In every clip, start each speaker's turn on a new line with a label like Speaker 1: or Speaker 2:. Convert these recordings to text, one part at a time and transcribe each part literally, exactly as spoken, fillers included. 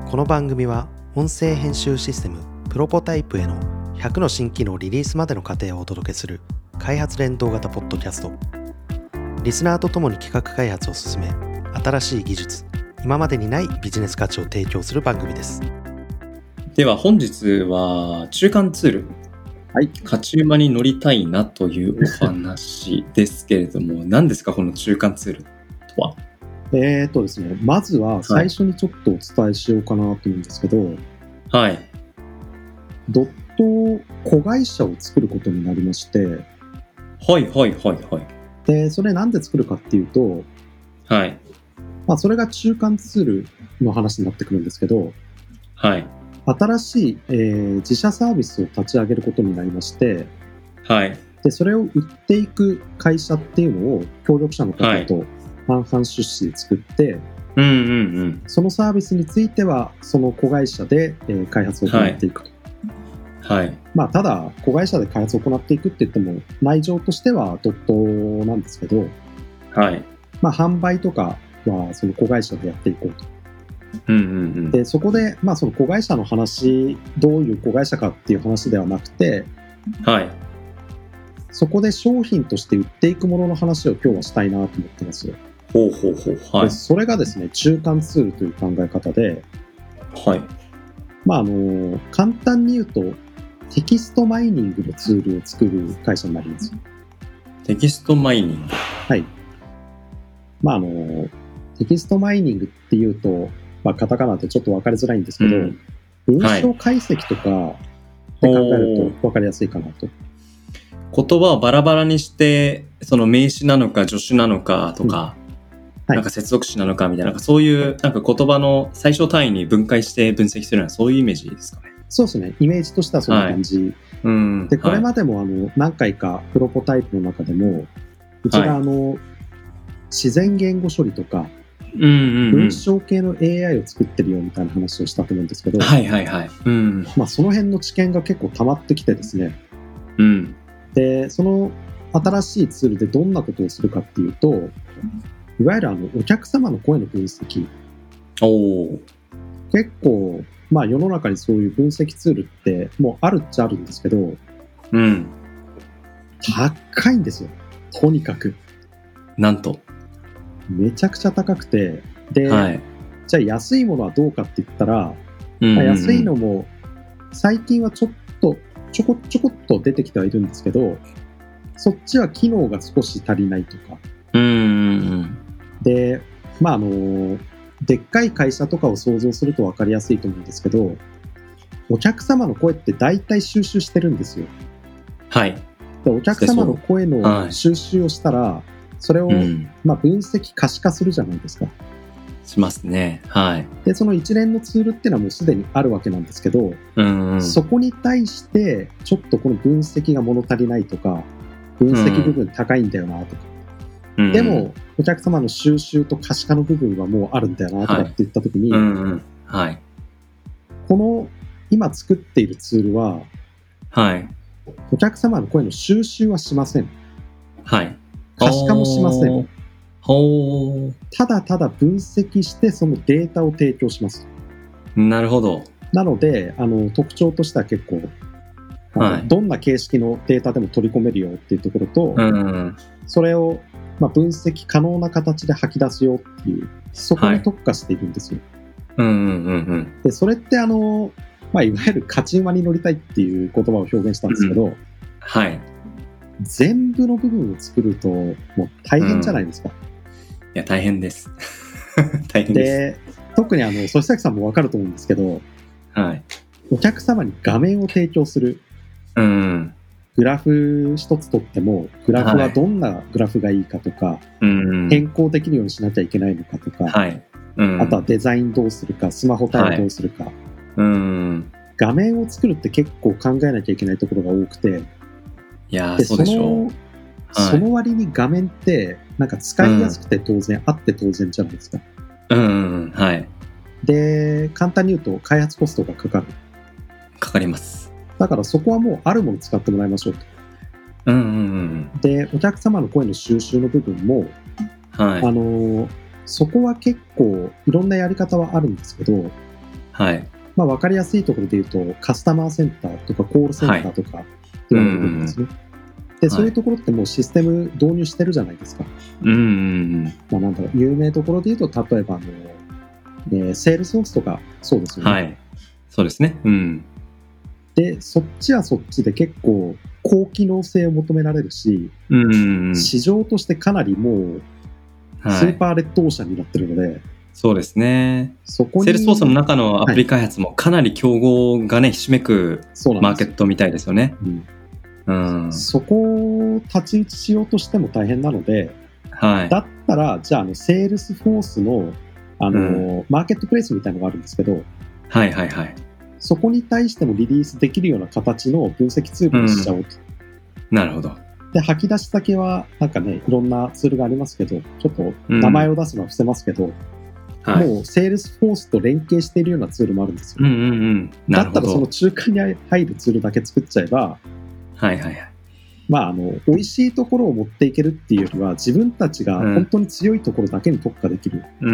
Speaker 1: この番組は音声編集システムプロポタイプへのひゃくの新機能リリースまでの過程をお届けする開発連動型ポッドキャスト。リスナーとともに企画開発を進め、新しい技術、今までにないビジネス価値を提供する番組です。
Speaker 2: では本日は中間ツール、はい、勝ち馬に乗りたいなというお話ですけれども何ですかこの中間ツールとは。
Speaker 3: えーとですね、まずは最初にちょっとお伝えしようかなと思うんですけど、
Speaker 2: はい、
Speaker 3: ドット子会社を作ることになりまして、
Speaker 2: はいはいはいはい。
Speaker 3: でそれなんで作るかっていうと、
Speaker 2: はい、
Speaker 3: まあ、それが中間ツールの話になってくるんですけど、
Speaker 2: はい、
Speaker 3: 新しい、えー自社サービスを立ち上げることになりまして、
Speaker 2: はい、
Speaker 3: でそれを売っていく会社っていうのを協力者の方と半々出資で作って、
Speaker 2: うんうんうん、
Speaker 3: そのサービスについてはその子会社で、えー開発を行っていくと、
Speaker 2: はいはい、
Speaker 3: まあ、ただ子会社で開発を行っていくって言っても内情としてはドットなんですけど、
Speaker 2: はい、
Speaker 3: まあ、販売とかはその子会社でやっていこうと。
Speaker 2: うんうんうん、
Speaker 3: でそこで、まあ、その子会社の話、どういう子会社かっていう話ではなくて、
Speaker 2: はい、
Speaker 3: そこで商品として売っていくものの話を今日はしたいなと思ってますよ。
Speaker 2: ほうほうほう、はい、
Speaker 3: でそれがですね、中間ツールという考え方で、
Speaker 2: はい、
Speaker 3: まあ、あの簡単に言うとテキストマイニングのツールを作る会社になります。
Speaker 2: テキストマイニング、
Speaker 3: はい。まああのテキストマイニングっていうと、まあ、カタカナってちょっと分かりづらいんですけど、うん、文章解析とかって考えると分かりやすいかなと。
Speaker 2: 言葉をバラバラにしてその名詞なのか助詞なのかとか、うん、はい、なんか接続詞なのかみたいな、なんかそういうなんか言葉の最小単位に分解して分析するような、そういうイメージですかね。
Speaker 3: そうですね、イメージとしてはそんな感じ、はい、
Speaker 2: うん、
Speaker 3: でこれまでもあの何回かプロポタイプの中でもうちがあの、はい、自然言語処理とか
Speaker 2: うんうんうん、
Speaker 3: 文章系の エーアイ を作ってるよみたいな話をしたと思うんですけど、
Speaker 2: はいはいはい、うん、
Speaker 3: まあ、その辺の知見が結構溜まってきてですね、
Speaker 2: うん、
Speaker 3: でその新しいツールでどんなことをするかっていうと、いわゆるあのお客様の声の分析、
Speaker 2: お
Speaker 3: 結構、まあ、世の中にそういう分析ツールってもうあるっちゃあるんですけど、
Speaker 2: うん、
Speaker 3: 高いんですよ、とにかく。
Speaker 2: なんと
Speaker 3: めちゃくちゃ高くて、で、はい、じゃあ安いものはどうかって言ったら、
Speaker 2: うんうんうん、
Speaker 3: まあ、安いのも最近はちょっとちょこちょこっと出てきてはいるんですけど、そっちは機能が少し足りないとか、
Speaker 2: うんうんうん、
Speaker 3: で、まああのでっかい会社とかを想像すると分かりやすいと思うんですけど、お客様の声って大体収集してるんですよ。
Speaker 2: はい。
Speaker 3: でお客様の声の収集をしたら、はい、それを、うんまあ、分析可視化するじゃないですか。
Speaker 2: しますね。はい。
Speaker 3: でその一連のツールっていうのはもうすでにあるわけなんですけど、
Speaker 2: うんうん、
Speaker 3: そこに対してちょっとこの分析が物足りないとか、分析部分高いんだよなとか、うん、でもお客様の収集と可視化の部分はもうあるんだよなとかって言った時に、
Speaker 2: はいうんうんはい、
Speaker 3: この今作っているツールは、
Speaker 2: はい、
Speaker 3: お客様の声の収集はしません。
Speaker 2: はい。
Speaker 3: 可視化もしません。
Speaker 2: ほー。
Speaker 3: ただただ分析してそのデータを提供します。
Speaker 2: なるほど。
Speaker 3: なのであの特徴としては結構、
Speaker 2: はい、
Speaker 3: どんな形式のデータでも取り込めるよっていうところと、
Speaker 2: うんうん、そ
Speaker 3: れを、まあ、分析可能な形で吐き出すよっていう、そこに特化しているんですよ。
Speaker 2: はいうんうんうんうん、で
Speaker 3: それってあの、まあ、いわゆる勝ち馬に乗りたいっていう言葉を表現したんですけど、
Speaker 2: うん、はい
Speaker 3: 全部の部分を作るともう大変じゃないですか。
Speaker 2: うん、いや大変です大変です。
Speaker 3: で特にあの曽崎さんも分かると思うんですけど、
Speaker 2: はい、
Speaker 3: お客様に画面を提供する、
Speaker 2: うん、
Speaker 3: グラフ一つとってもグラフはどんなグラフがいいかとか、はい
Speaker 2: うん、
Speaker 3: 変更できるようにしなきゃいけないのかとか、
Speaker 2: はいうん、
Speaker 3: あとはデザインどうするか、スマホ対応どうするか、はい
Speaker 2: うん、
Speaker 3: 画面を作るって結構考えなきゃいけないところが多くて、
Speaker 2: いやでそうでしょう、
Speaker 3: はい、その割に画面ってなんか使いやすくて当然、うん、あって当然じゃないですか。
Speaker 2: うんうんはい。
Speaker 3: で簡単に言うと開発コストがかかる。
Speaker 2: かかります。
Speaker 3: だからそこはもうあるもの使ってもらいましょうと。
Speaker 2: うんうんうん、
Speaker 3: でお客様の声の収集の部分も、はい、あのそこは結構いろんなやり方はあるんですけど、
Speaker 2: はい。
Speaker 3: まあ、分かりやすいところで言うと、カスタマーセンターとかコールセンターとかって言われてるんですね。はい、で、そういうところってもうシステム導入してるじゃないですか。
Speaker 2: うんうんうん。
Speaker 3: まあ、なんだろう、有名どころで言うと、例えばあの、えー、セールスフォースとかそうですよね。
Speaker 2: はい。そうですね。うん。
Speaker 3: で、そっちはそっちで結構高機能性を求められるし、
Speaker 2: うんうんうん、
Speaker 3: 市場としてかなりもうスーパーレッドオーシャンになってるので、はい、
Speaker 2: そうですね。
Speaker 3: そこに
Speaker 2: セールスフォースの中のアプリ開発もかなり競合がね、ひしめくマーケットみたいですよね。
Speaker 3: うんうん、そこを太刀打ちしようとしても大変なので、
Speaker 2: はい、
Speaker 3: だったらじゃあ、あのセールスフォースの、あの、うん、マーケットプレイスみたいなのがあるんですけど、
Speaker 2: はいはいはい、そ
Speaker 3: こに対してもリリースできるような形の分析ツールにしちゃおうと。
Speaker 2: うん、なるほど。
Speaker 3: で、吐き出し先はなんかね、いろんなツールがありますけど、ちょっと名前を出すのは伏せますけど、うん、はい、もうセールスフォースと連携しているようなツールもあるんですよ。
Speaker 2: うんうんうん、
Speaker 3: だったらその中間に入るツールだけ作っちゃえば、
Speaker 2: はいはいはい。
Speaker 3: まあ、あの美味しいところを持っていけるっていうよりは、自分たちが本当に強いところだけに特化できる。
Speaker 2: うん、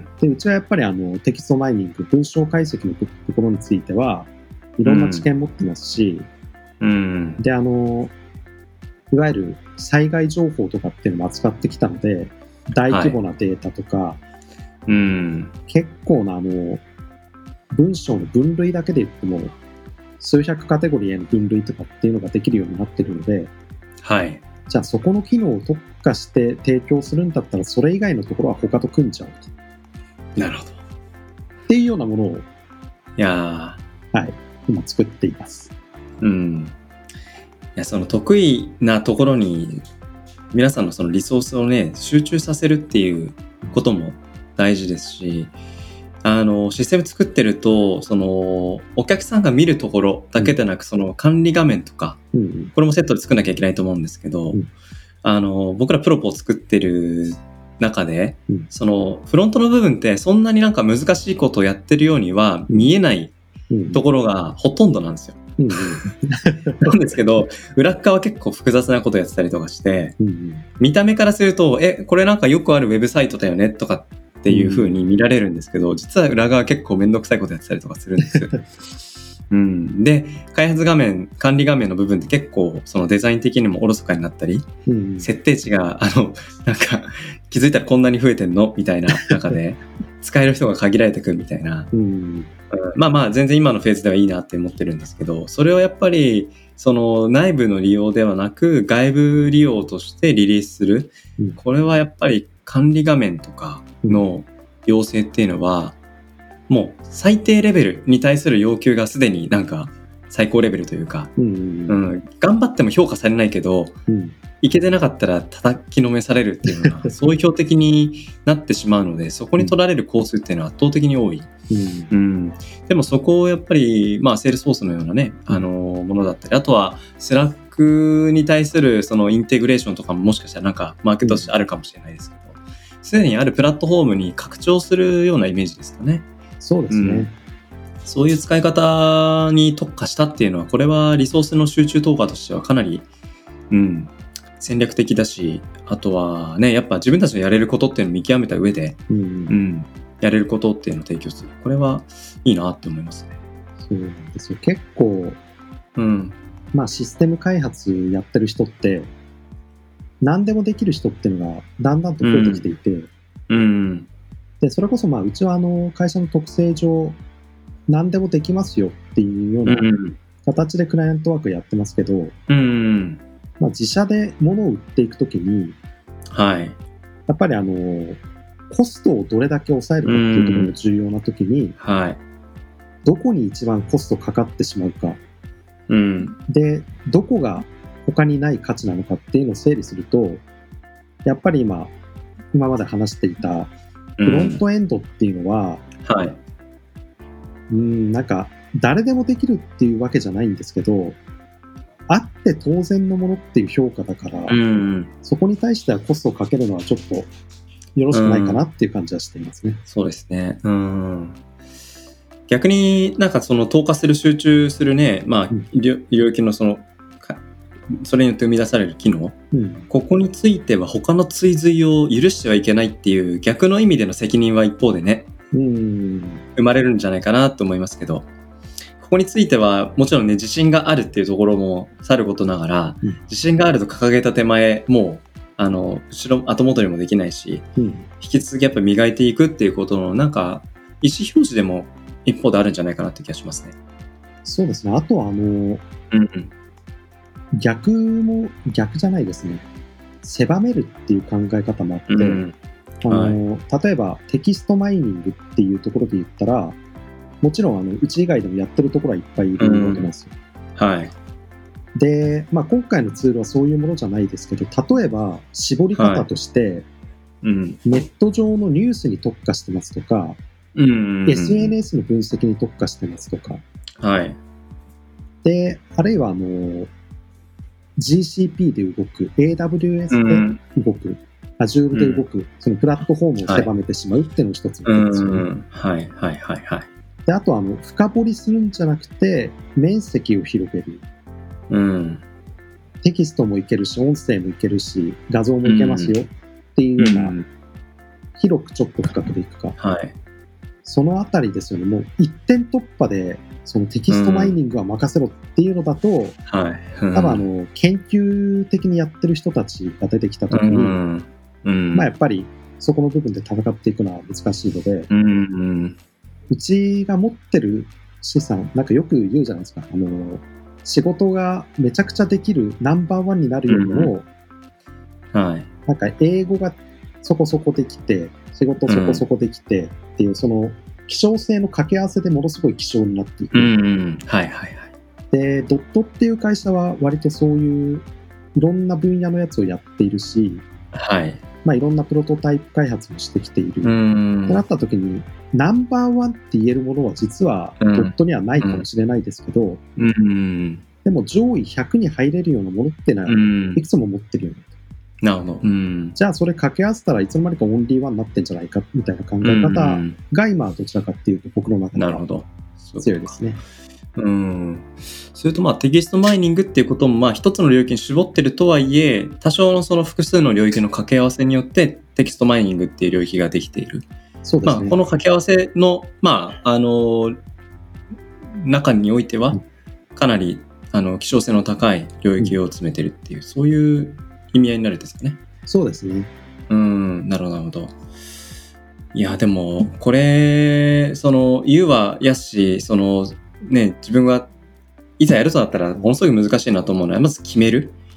Speaker 3: でうちはやっぱりあのテキストマイニング、文章解析のところについてはいろんな知見持ってますし、
Speaker 2: うん、
Speaker 3: であのいわゆる災害情報とかっていうのも扱ってきたので、大規模なデータとか、はい、
Speaker 2: うん、
Speaker 3: 結構なあの文章の分類だけで言っても数百カテゴリーへの分類とかっていうのができるようになってるので、
Speaker 2: はい、
Speaker 3: じゃあそこの機能を特化して提供するんだったら、それ以外のところは他と組んじゃうと。
Speaker 2: なるほど。
Speaker 3: っていうようなものを、
Speaker 2: いや
Speaker 3: ー、はい、今作っています。
Speaker 2: うん。いや、その得意なところに皆さんのそのリソースをね、集中させるっていうことも大事ですし、あのシステム作ってると、そのお客さんが見るところだけでなく、その管理画面とか、うん、これもセットで作んなきゃいけないと思うんですけど、うん、あの僕らプロポを作ってる中で、うん、そのフロントの部分ってそんなになんか難しいことをやってるようには見えないところがほとんどなんですよ。うんうん、なんですけど、裏側は結構複雑なことやってたりとかして、うんうん、見た目からすると、え、これなんかよくあるウェブサイトだよねとかっていう風に見られるんですけど、実は裏側結構めんどくさいことやってたりとかするんですよ。うん、で、開発画面、管理画面の部分って結構そのデザイン的にもおろそかになったり、うん、設定値があのなんか気づいたらこんなに増えてんのみたいな中で使える人が限られてくるみたいな、うん、まあまあ全然今のフェーズではいいなって思ってるんですけど、それをやっぱりその内部の利用ではなく外部利用としてリリースする、うん、これはやっぱり管理画面とかの要請っていうのはもう最低レベルに対する要求がすでになんか最高レベルというか、うんうんうん、頑張っても評価されないけど、うん、いけてなかったら叩きのめされるっていうのがそういう標的になってしまうので、そこに取られる工数っていうのは圧倒的に多い、うんうん、でもそこをやっぱりまあセールスフォースのようなね、あのー、ものだったり、あとはスラックに対するそのインテグレーションとかももしかしたらなんかマーケットとしてあるかもしれないですけど、すでにあるプラットフォームに拡張するようなイメージですかね。
Speaker 3: そうですね、うん、
Speaker 2: そういう使い方に特化したっていうのは、これはリソースの集中投下としてはかなり、うん、戦略的だし、あとはね、やっぱ自分たちのやれることっていうのを見極めた上で、うんうん、やれることっていうのを提供する、これはいいなって思いますね。
Speaker 3: そうなんですよ。結構、うん、まあシステム開発やってる人って何でもできる人っていうのがだんだんと増えてきていて、うんうんでそれこそまあうちはあの会社の特性上何でもできますよっていうような形でクライアントワークやってますけど、うんうん、まあ、自社で物を売っていくときに、はい、やっぱりあのコストをどれだけ抑えるかっていうところが重要なときに、うんはい、どこに一番コストかかってしまうか、うん、でどこが他にない価値なのかっていうのを整理すると、やっぱり今今まで話していたフロントエンドっていうのは、うんはい、うんなんか誰でもできるっていうわけじゃないんですけど、あって当然のものっていう評価だから、うん、そこに対してはコストをかけるのはちょっとよろしくないかなっていう感じはしていますね。うん、
Speaker 2: そうですね。うん、逆になんかその投下する集中するね、まあ、うん、領域のそのそれによって生み出される機能、うん、ここについては他の追随を許してはいけないっていう逆の意味での責任は一方でね、うん、 生まれるんじゃないかなと思いますけど、ここについてはもちろんね、自信があるっていうところもさることながら、うん、自信があると掲げた手前、もうあの後ろ後元にもできないし、うん、引き続きやっぱり磨いていくっていうことのなんか意思表示でも一方であるんじゃないかなって気がしますね。
Speaker 3: そうですね。あとはあの、うんうん、逆も逆じゃないですね。狭めるっていう考え方もあって、うんあのはい、例えばテキストマイニングっていうところで言ったら、もちろんあのうち以外でもやってるところはいっぱいいるわけなんですよ。
Speaker 2: うん、はい。
Speaker 3: で、まあ、今回のツールはそういうものじゃないですけど、例えば絞り方として、はいうん、ネット上のニュースに特化してますとか、うんうんうん、エスエヌエス の分析に特化してますとか、はい、であるいはあの ジーシーピー で動く エーダブリューエス で動く、うん、Azure で動く、うん、そのプラットフォームを狭めてしまうっていうのが一つのですよね。
Speaker 2: はいはいはいはい。
Speaker 3: であとはあの深掘りするんじゃなくて面積を広げる。うん、テキストもいけるし音声もいけるし画像もいけますよっていうような、うん、広くちょっと深くでいくか、はい、そのあたりですよね。もう一点突破でそのテキストマイニングは任せろっていうのだと、うんはいうん、多分あの研究的にやってる人たちが出てきた時に、うんうん、まあやっぱりそこの部分で戦っていくのは難しいので、うんうん、うちが持ってる資産なんかよく言うじゃないですか。あの仕事がめちゃくちゃできるナンバーワンになるよりも、うんはい、なんか英語がそこそこできて仕事そこそこできてっていう、うん、その希少性の掛け合わせでものすごい希少になっていく、うんうんはいはいはい、でドットっていう会社は割とそういういろんな分野のやつをやっているし、はいまあ、いろんなプロトタイプ開発もしてきている、うん、となった時にナンバーワンって言えるものは実はドットにはないかもしれないですけど、うんうん、でも上位ひゃくに入れるようなものってのはいくつも持ってるよね、うん、なるほど、うん、じゃあそれ掛け合わせたらいつの間にかオンリーワンになってんじゃないかみたいな考え方が今はどちらかっていうと僕の中では強いですね。
Speaker 2: うん、それとまあテキストマイニングっていうこともまあ一つの領域に絞ってるとはいえ、多少のその複数の領域の掛け合わせによってテキストマイニングっていう領域ができている。そうですね。まあ、この掛け合わせのまああの中においてはかなりあの希少性の高い領域を詰めてるっていう、うん、そういう意味合いになるんですかね。
Speaker 3: そうですね。
Speaker 2: うん、なるほどなるほど。いやでもこれその言うはやしそのね、自分がいざやるとなったらものすごく難しいなと思うのはまず決める、うん、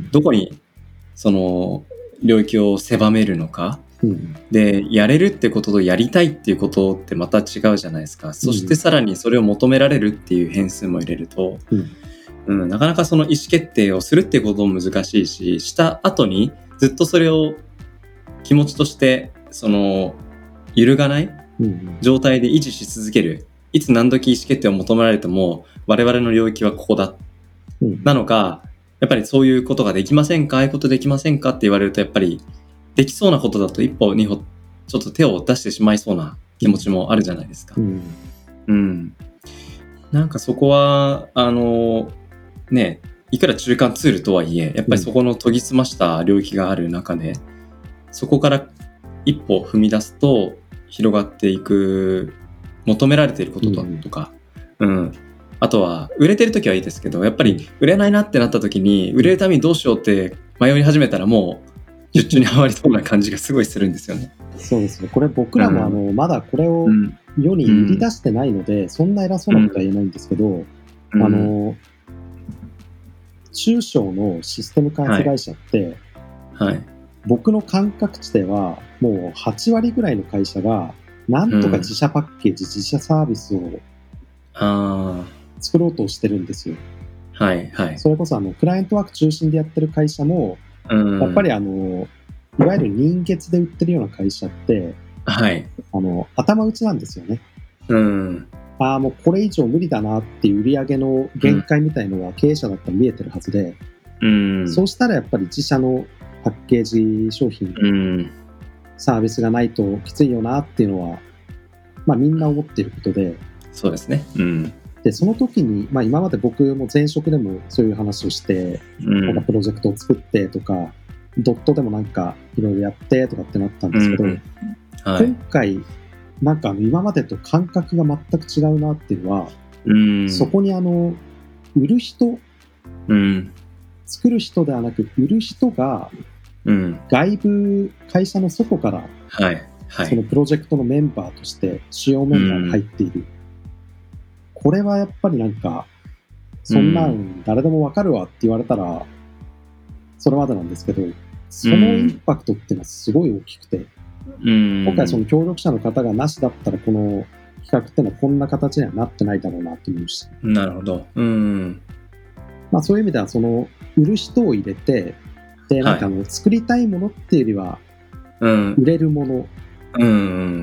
Speaker 2: どこにその領域を狭めるのか、うん、でやれるってこととやりたいっていうことってまた違うじゃないですか、うん、そしてさらにそれを求められるっていう変数も入れると、うんうん、なかなかその意思決定をするっていうことも難しいし、した後にずっとそれを気持ちとしてその揺るがない状態で維持し続ける、いつ何時意思決定を求められても我々の領域はここだ、うん、なのか、やっぱりそういうことができませんか、ああいうことできませんかって言われるとやっぱりできそうなことだと一歩二歩ちょっと手を出してしまいそうな気持ちもあるじゃないですか、うんうん、なんかそこはあのね、いくら中間ツールとはいえやっぱりそこの研ぎ澄ました領域がある中で、そこから一歩踏み出すと広がっていく求められていることとか、うんうん、あとは売れてる時はいいですけど、やっぱり売れないなってなった時に売れるためにどうしようって迷い始めたらもう術中にはまりそうな感じがすごいするんですよね。
Speaker 3: そうですね。これ僕らもあの、うん、まだこれを世に売り出してないので、うん、そんな偉そうなことは言えないんですけど、うん、あの中小のシステム開発会社って、はいはい、僕の感覚値ではもうはちわりぐらいの会社がなんとか自社パッケージ、うん、自社サービスを作ろうとしてるんですよ。はいはい。それこそあのクライアントワーク中心でやってる会社も、うん、やっぱりあのいわゆる人月で売ってるような会社って、はい、あの頭打ちなんですよね。うん、ああもうこれ以上無理だなっていう売り上げの限界みたいのは経営者だったら見えてるはずで、うん、そうしたらやっぱり自社のパッケージ商品、うん、サービスがないときついよなっていうのは、まあ、みんな思っていることで、
Speaker 2: そうですね、うん、
Speaker 3: でその時に、まあ、今まで僕も前職でもそういう話をして、うん、なんかプロジェクトを作ってとかドットでもなんかいろいろやってとかってなったんですけど、うんはい、今回なんかあの今までと感覚が全く違うなっていうのは、
Speaker 2: うん、
Speaker 3: そこにあの売る人、
Speaker 2: うん、
Speaker 3: 作る人ではなく売る人が外部会社の外から、
Speaker 2: はいはい、
Speaker 3: そのプロジェクトのメンバーとして主要メンバーが入っている、うん、これはやっぱりなんかそんなん誰でも分かるわって言われたらそれまでなんですけど、そのインパクトっていうのはすごい大きくて、うん、今回その協力者の方がなしだったらこの企画っていうのはこんな形にはなってないだろうなと思うし、
Speaker 2: なるほど、うん、
Speaker 3: まあ、そういう意味ではその売る人を入れて、でなんかあの作りたいものっていうよりは売れるもの、うん、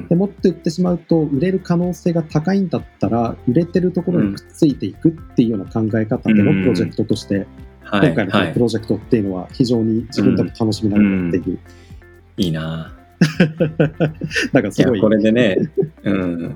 Speaker 3: でもっと言ってしまうと売れる可能性が高いんだったら売れてるところにくっついていくっていうような考え方でのプロジェクトとして、うん、今回のこのプロジェクトっていうのは非常に自分とも楽しみながらやっている、うんうん、
Speaker 2: いいな
Speaker 3: だからすごい、
Speaker 2: いやこれでね、うん、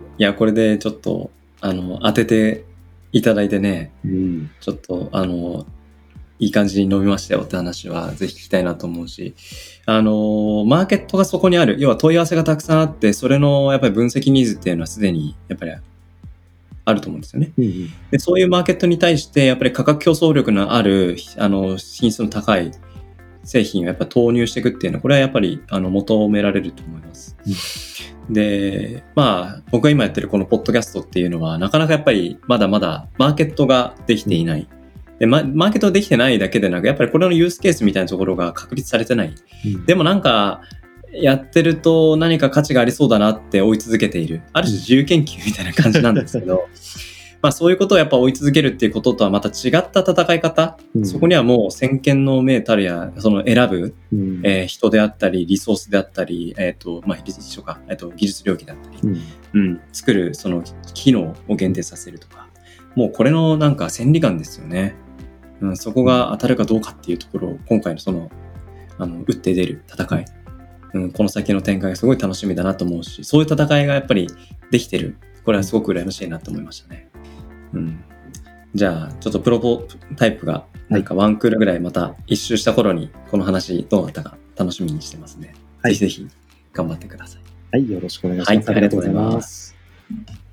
Speaker 2: いやこれでちょっとあの当てていただいてね、うん、ちょっとあのいい感じに伸びましたよって話はぜひ聞きたいなと思うし、あのマーケットがそこにある、要は問い合わせがたくさんあって、それのやっぱり分析ニーズっていうのはすでにやっぱりあると思うんですよね、うんうん、でそういうマーケットに対してやっぱり価格競争力のあるあの品質の高い製品をやっぱ投入していくっていうのはこれはやっぱりあの求められると思います、うん、でまあ僕が今やってるこのポッドキャストっていうのはなかなかやっぱりまだまだマーケットができていない、でマーケットできてないだけでなくやっぱりこれのユースケースみたいなところが確立されてない、うん、でもなんかやってると何か価値がありそうだなって追い続けている、ある種自由研究みたいな感じなんですけどまあそういうことをやっぱ追い続けるっていうこととはまた違った戦い方、うん、そこにはもう先見の明たるやその選ぶ、うんえー、人であったりリソースであったり、えーとまあ、一緒か、えーと技術領域であったり、うんうん、作るその機能を限定させるとか、もうこれのなんか千里眼ですよね、うん、そこが当たるかどうかっていうところを今回のそのあの打って出る戦い、うん、この先の展開がすごい楽しみだなと思うし、そういう戦いがやっぱりできてる、これはすごく羨ましいなと思いましたね。うん、じゃあちょっとプロポタイプがなんかワンクールぐらいまた一周した頃にこの話どうなったか楽しみにしてますね、はい、ぜひぜひ頑張ってください。
Speaker 3: はい、よろしくお願いします。
Speaker 2: はい、ありがとうございます。